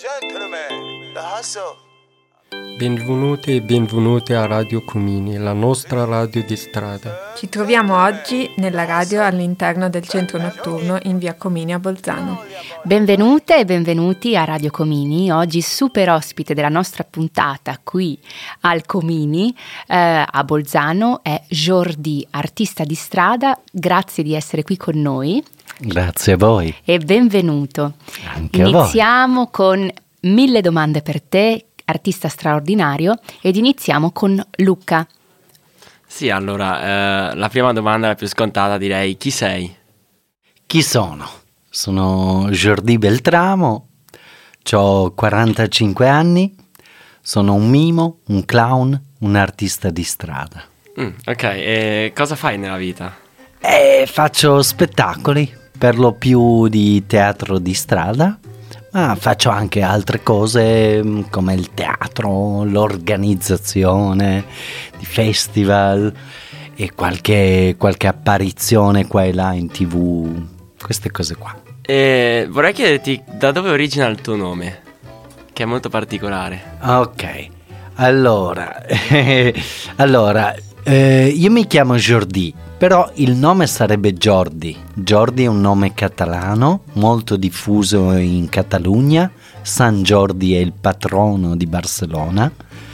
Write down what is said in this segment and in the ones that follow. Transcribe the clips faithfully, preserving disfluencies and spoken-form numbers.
gentlemen, the hustle. Benvenuti e benvenute a Radio Comini, la nostra radio di strada. Ci troviamo oggi nella radio all'interno del centro notturno in via Comini a Bolzano. Benvenute e benvenuti a Radio Comini. Oggi super ospite della nostra puntata qui al Comini eh, a Bolzano è Jordi, artista di strada. Grazie di essere qui con noi. Grazie a voi. E benvenuto. Anche Iniziamo a voi. con mille domande per te, artista straordinario, ed iniziamo con Luca. Sì, allora, eh, la prima domanda, la più scontata, direi: chi sei? Chi sono? Sono Jordi Beltramo, ho quarantacinque anni, sono un mimo, un clown, un artista di strada. Mm, ok, e cosa fai nella vita? E faccio spettacoli, per lo più di teatro di strada, ma faccio anche altre cose come il teatro, l'organizzazione di festival e qualche, qualche apparizione qua e là in tv, queste cose qua. E vorrei chiederti da dove origina il tuo nome, che è molto particolare. Ok, allora, allora eh, io mi chiamo Jordi, però il nome sarebbe Jordi. Jordi è un nome catalano molto diffuso in Catalogna. San Jordi è il patrono di Barcellona.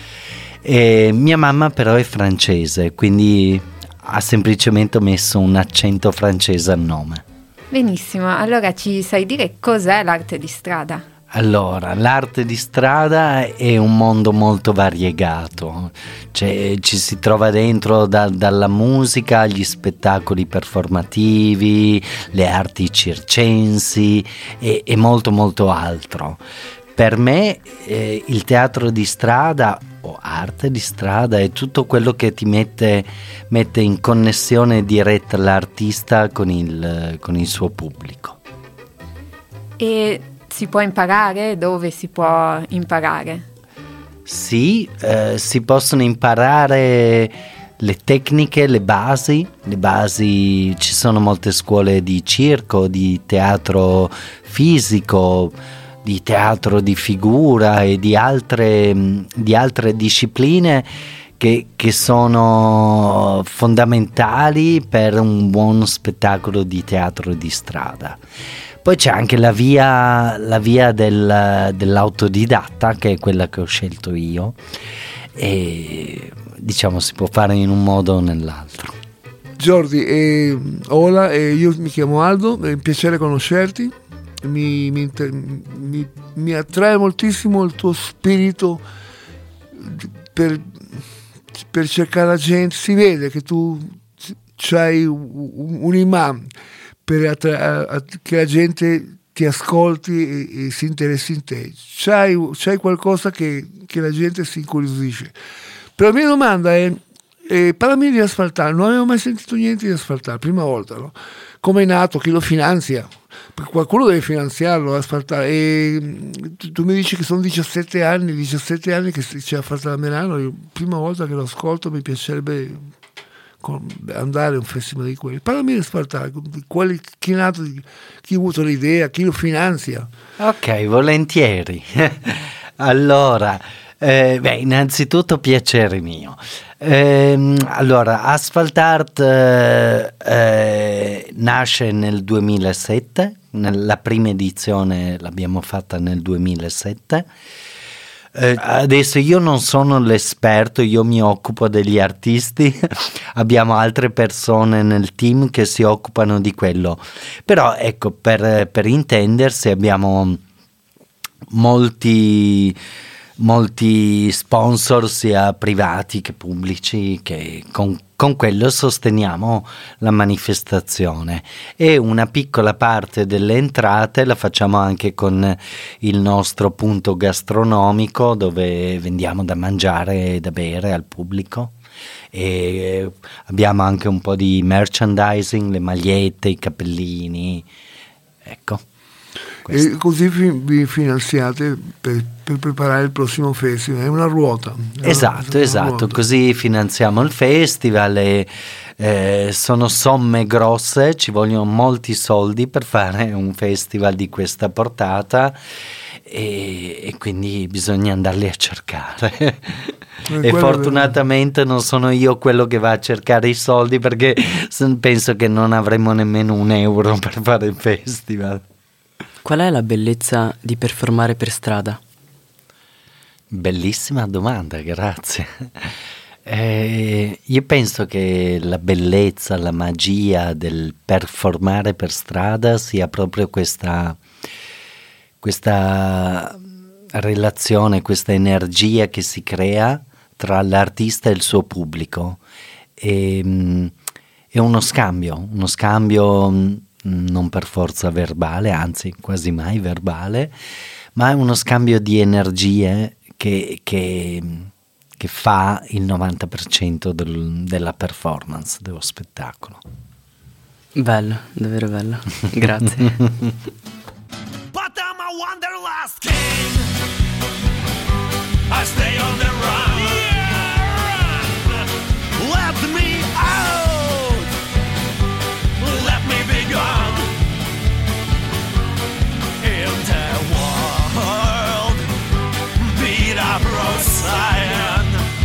E mia mamma però è francese, quindi ha semplicemente messo un accento francese al nome. Benissimo, allora ci sai dire cos'è l'arte di strada? Allora, l'arte di strada è un mondo molto variegato, cioè, ci si trova dentro da, dalla musica agli spettacoli performativi, le arti circensi e, e molto molto altro. Per me eh, il teatro di strada o arte di strada è tutto quello che ti mette, mette in connessione diretta l'artista con il, con il suo pubblico. E si può imparare? Dove si può imparare? Sì, eh, si possono imparare le tecniche, le basi, le basi, ci sono molte scuole di circo, di teatro fisico, di teatro di figura e di altre, di altre discipline che, che sono fondamentali per un buon spettacolo di teatro di strada. Poi c'è anche la via, la via del, dell'autodidatta, che è quella che ho scelto io, e diciamo si può fare in un modo o nell'altro. Jordi, eh, hola, eh, io mi chiamo Aldo, è un piacere conoscerti, mi, mi, mi, mi attrae moltissimo il tuo spirito per, per cercare la gente, si vede che tu c'hai un, un imam, per attra- a- che la gente ti ascolti e, e si interessi in te. C'hai, c'hai qualcosa che, che la gente si incuriosisce. Però la mia domanda è, è parlami di Asfaltar. Non avevo mai sentito niente di Asfaltar, prima volta, no? Come è nato, chi lo finanzia? Perché qualcuno deve finanziarlo, Asfaltar. E tu, tu mi dici che sono diciassette anni, diciassette anni che c'è Asfaltar a Milano. Io, prima volta che lo ascolto mi piacerebbe andare a un festival di quelli. Parlami di Asfaltar, quelli, chi è nato, chi ha avuto l'idea, chi lo finanzia. Ok, volentieri. Allora, eh, beh, innanzitutto piacere mio. Eh, allora, Asfaltart eh, eh, nasce nel duemilasette, la prima edizione l'abbiamo fatta nel duemilasette. Eh, adesso io non sono l'esperto, io mi occupo degli artisti, abbiamo altre persone nel team che si occupano di quello, però ecco, per, per intendersi abbiamo molti molti sponsor sia privati che pubblici che con, con quello sosteniamo la manifestazione, e una piccola parte delle entrate la facciamo anche con il nostro punto gastronomico dove vendiamo da mangiare e da bere al pubblico, e abbiamo anche un po' di merchandising, le magliette, i cappellini, ecco. Questo. E così vi finanziate per, per preparare il prossimo festival, è una ruota. È esatto, una, esatto, ruota. Così finanziamo il festival e eh, sono somme grosse, ci vogliono molti soldi per fare un festival di questa portata e, e quindi bisogna andarli a cercare. E fortunatamente non sono io quello che va a cercare i soldi, perché penso che non avremo nemmeno un euro per fare il festival. Qual è la bellezza di performare per strada? Bellissima domanda, grazie. Eh, io penso che la bellezza, la magia del performare per strada sia proprio questa, questa relazione, questa energia che si crea tra l'artista e il suo pubblico. E, mh, è uno scambio, uno scambio mh, non per forza verbale, anzi quasi mai verbale, ma è uno scambio di energie che, che, che fa il novanta per cento del, della performance, dello spettacolo. Bello, davvero bello. Grazie. But I'm a wanderlust king. I stay on the run. Yeah, run. Let me out. Let me be gone. In the world, beat up road sign.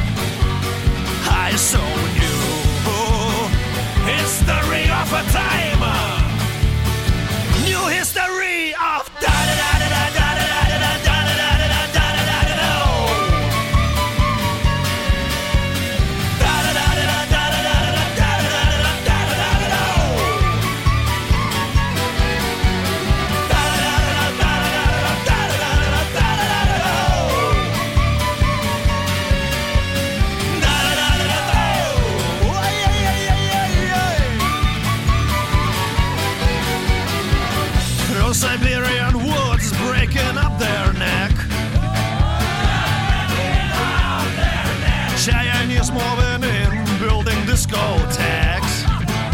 I saw new history of a time. New history of da da da da da da da da da da da da da da da da da. Siberian woods breaking up their neck. Chinese moving in, building discotheques.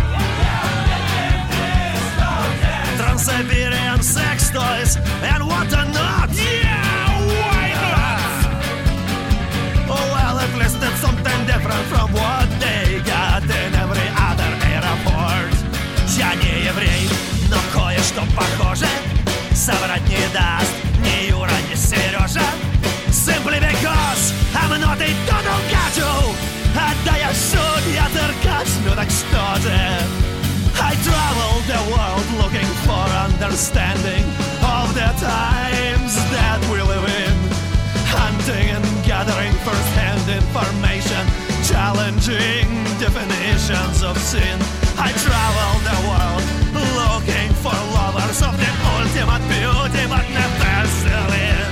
Trans-Siberian sex toys and what not. Yeah, why not? Oh well, at least it's something different from what they got in every other airport. Я не еврей, но кое-что похоже соврать не даст ни Юра, ни Сережа. Simply because I'm not a total gajo. Да я судья циркач, ну так что же? I travel the world looking for understanding of the times that we live in. Hunting and gathering first-hand information, challenging definitions of sin. I travel the world looking for lovers of the ultimate beauty, but never selling.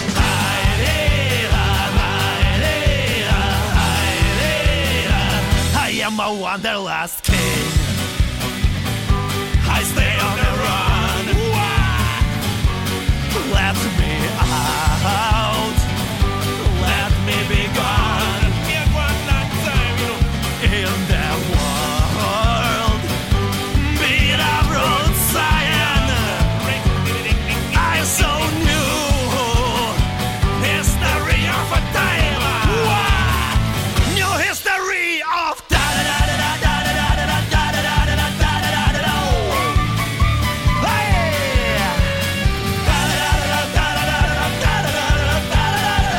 I am a wanderlust king. I stay on the run. Let me out. Let me be gone. In the world, beat up road sign. I so new history of a time. New history of da da da da da da da da da da da da da da da da. Hey, da da da da da da da da da da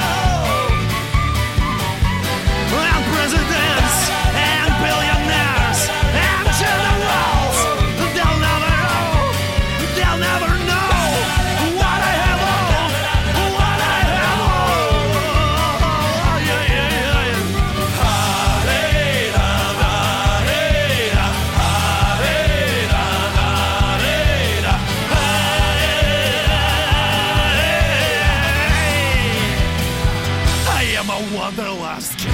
da. And presidents and billionaires and generals, they'll never know, they'll never know what I have all, what I have all. Yeah, yeah, yeah. Ha-re-da, da-re-da, ha-re-da, da-re-da, ha-re-da. I am a wanderlust king.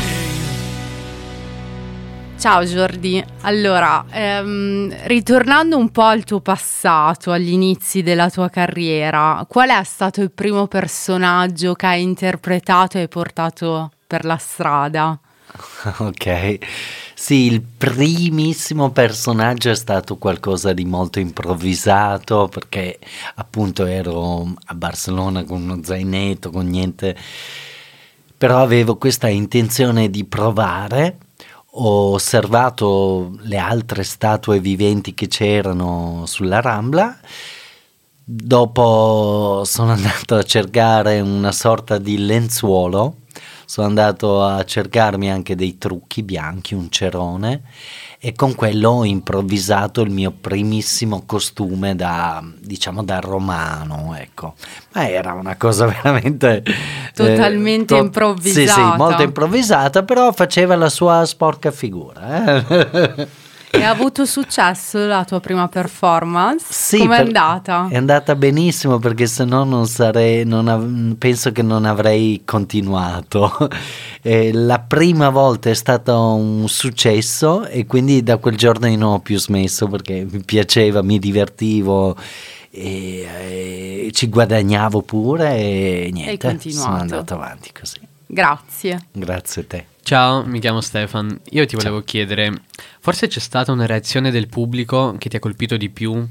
Ciao Jordi, allora, ehm, ritornando un po' al tuo passato, agli inizi della tua carriera, qual è stato il primo personaggio che hai interpretato e hai portato per la strada? Ok, sì, il primissimo personaggio è stato qualcosa di molto improvvisato, perché appunto ero a Barcellona con uno zainetto, con niente, però avevo questa intenzione di provare. Ho osservato le altre statue viventi che c'erano sulla Rambla Dopo sono andato a cercare una sorta di lenzuolo, sono andato a cercarmi anche dei trucchi bianchi, un cerone, e con quello ho improvvisato il mio primissimo costume da, diciamo, da romano, ecco. Ma era una cosa veramente totalmente eh, to- improvvisata. Sì, sì, molto improvvisata, però faceva la sua sporca figura. Eh. E ha avuto successo la tua prima performance? Sì, com'è per- andata? È andata benissimo, perché se no non sarei, non av- penso che non avrei continuato. Eh, la prima volta è stato un successo e quindi da quel giorno io non ho più smesso, perché mi piaceva, mi divertivo e, e ci guadagnavo pure e niente, continuato. sono andato avanti così. Grazie. Grazie a te. Ciao, mi chiamo Stefan. Io ti volevo Ciao. chiedere, forse c'è stata una reazione del pubblico che ti ha colpito di più?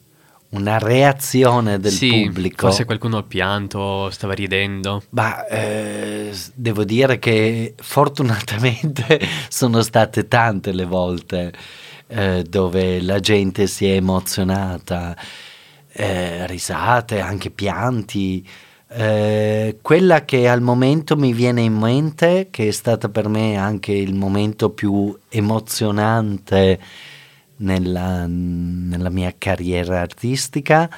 Una reazione del sì, pubblico. Forse qualcuno ha pianto, stava ridendo. Ma eh, devo dire che fortunatamente sono state tante le volte eh, dove la gente si è emozionata, eh, risate, anche pianti. Eh, quella che al momento mi viene in mente, che è stata per me anche il momento più emozionante nella, nella mia carriera artistica,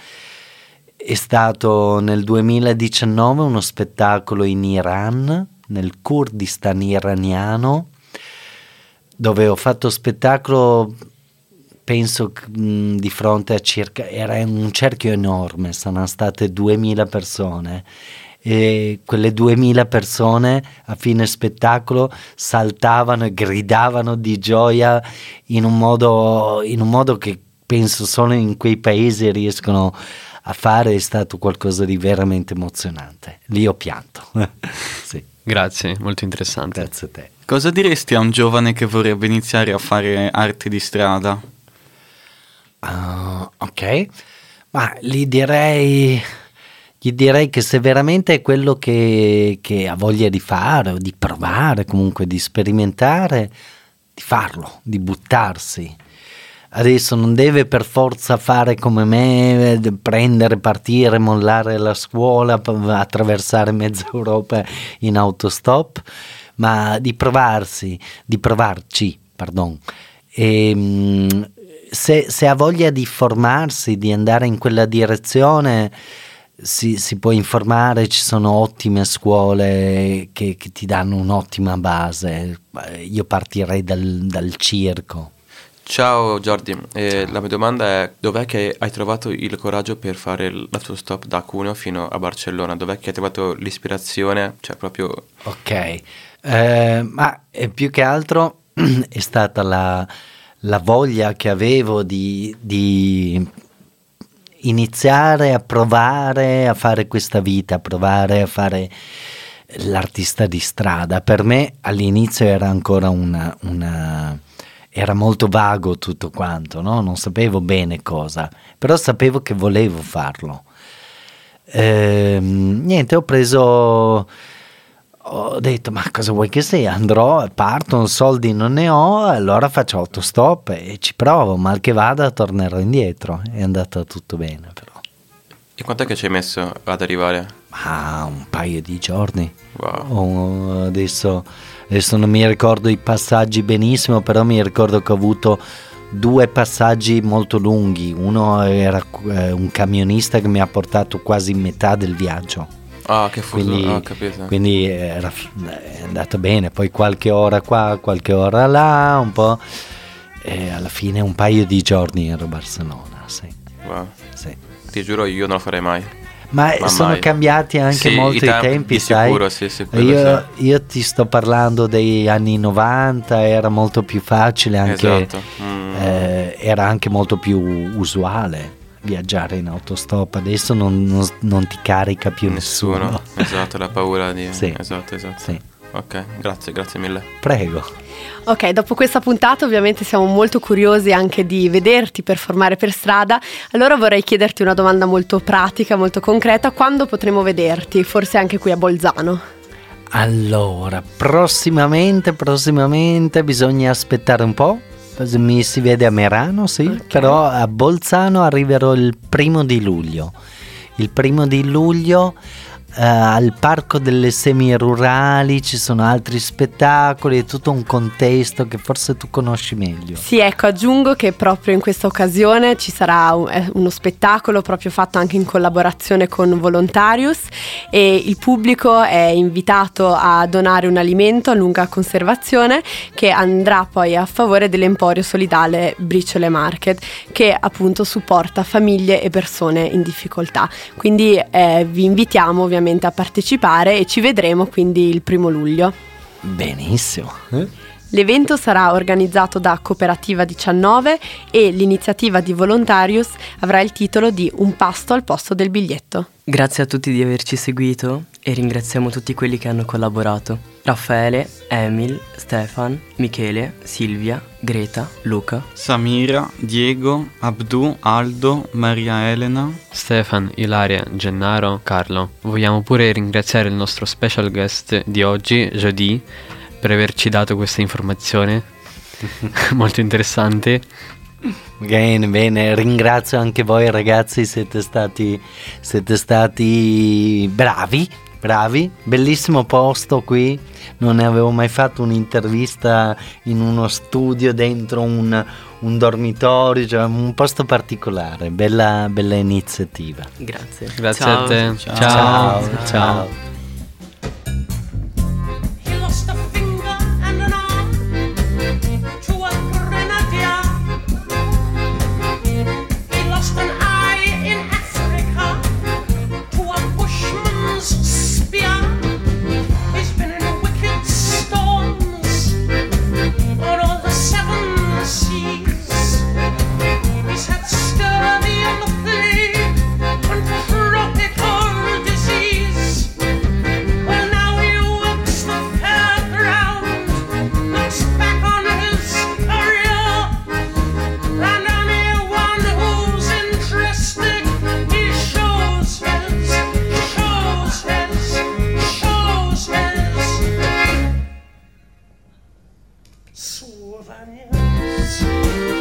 è stato nel duemiladiciannove uno spettacolo in Iran, nel Kurdistan iraniano, dove ho fatto spettacolo, penso mh, di fronte a circa, era un cerchio enorme, saranno state duemila persone, e quelle duemila persone a fine spettacolo saltavano e gridavano di gioia in un modo, in un modo che penso solo in quei paesi riescono a fare. È stato qualcosa di veramente emozionante, lì ho pianto. Sì. Grazie, molto interessante. Grazie a te. Cosa diresti a un giovane che vorrebbe iniziare a fare arte di strada? Uh, ok, ma gli direi, gli direi che se veramente è quello che, che ha voglia di fare o di provare, comunque di sperimentare, di farlo, di buttarsi. Adesso non deve per forza fare come me, prendere, partire, mollare la scuola, attraversare mezza Europa in autostop, ma di provarsi, di provarci, pardon. E, se, se ha voglia di formarsi, di andare in quella direzione, si, si può informare, ci sono ottime scuole che, che ti danno un'ottima base. Io partirei dal, dal circo. Ciao Jordi, eh, la mia domanda è: dov'è che hai trovato il coraggio per fare l'autostop da Cuneo fino a Barcellona? Dov'è che hai trovato l'ispirazione? Cioè proprio... Ok, eh, ma eh, più che altro è stata la, la voglia che avevo di, di iniziare a provare a fare questa vita, a provare a fare l'artista di strada. Per me all'inizio era ancora una... una era molto vago tutto quanto, no? Non sapevo bene cosa, però sapevo che volevo farlo. Ehm, niente, ho preso, ho detto, ma cosa vuoi che sia? Andrò, parto, soldi non ne ho, allora faccio autostop e ci provo, mal che vada tornerò indietro. È andata tutto bene però. E quant'è che ci hai messo ad arrivare? Ah, un paio di giorni. Wow. Oh, adesso, adesso non mi ricordo i passaggi benissimo, però mi ricordo che ho avuto due passaggi molto lunghi. Uno era eh, un camionista che mi ha portato quasi metà del viaggio. Ah, che fuso, quindi, ah, capito. Quindi era, è andata bene. Poi qualche ora qua, qualche ora là, un po'. E alla fine un paio di giorni ero a Barcellona, sì. Wow. Sì. Ti giuro, io non lo farei mai. Ma, Ma sono mai. cambiati anche Sì, molto i i tempi, tempi, di sai? sicuro, sì, sì, quello io, io ti sto parlando degli anni novanta, era molto più facile, anche, Esatto. Mm. eh, era anche molto più usuale viaggiare in autostop. Adesso non, non, non ti carica più nessuno. Nessuno. Esatto, la paura di... Sì. Esatto, esatto. Sì. Ok, grazie, grazie mille. Prego. Ok, dopo questa puntata ovviamente siamo molto curiosi anche di vederti performare per strada, allora vorrei chiederti una domanda molto pratica, molto concreta: quando potremo vederti? Forse anche qui a Bolzano. Allora, prossimamente, prossimamente bisogna aspettare un po', mi si vede a Merano, sì, okay. Però a Bolzano arriverò il primo di luglio. Il primo di luglio uh, al Parco delle Semirurali ci sono altri spettacoli, è tutto un contesto che forse tu conosci meglio. Sì, ecco, aggiungo che proprio in questa occasione ci sarà un, uno spettacolo proprio fatto anche in collaborazione con Volontarius, e il pubblico è invitato a donare un alimento a lunga conservazione che andrà poi a favore dell'Emporio Solidale Briciole Market, che appunto supporta famiglie e persone in difficoltà. Quindi eh, vi invitiamo ovviamente a partecipare e ci vedremo quindi il primo luglio. Benissimo. Eh? L'evento sarà organizzato da Cooperativa diciannove e l'iniziativa di Volontarius avrà il titolo di Un pasto al posto del biglietto. Grazie a tutti di averci seguito e ringraziamo tutti quelli che hanno collaborato: Raffaele, Emil, Stefan, Michele, Silvia, Greta, Luca, Samira, Diego, Abdu, Aldo, Maria Elena, Stefan, Ilaria, Gennaro, Carlo. Vogliamo pure ringraziare il nostro special guest di oggi, Jody, per averci dato questa informazione molto interessante. Bene, bene, ringrazio anche voi ragazzi, siete stati, siete stati bravi, bravi, bellissimo posto qui, non ne avevo mai fatto un'intervista in uno studio dentro un, un dormitorio, cioè un posto particolare, bella, bella iniziativa. Grazie. Grazie Ciao. a te. Ciao. Ciao. Ciao. Ciao. Souvenirs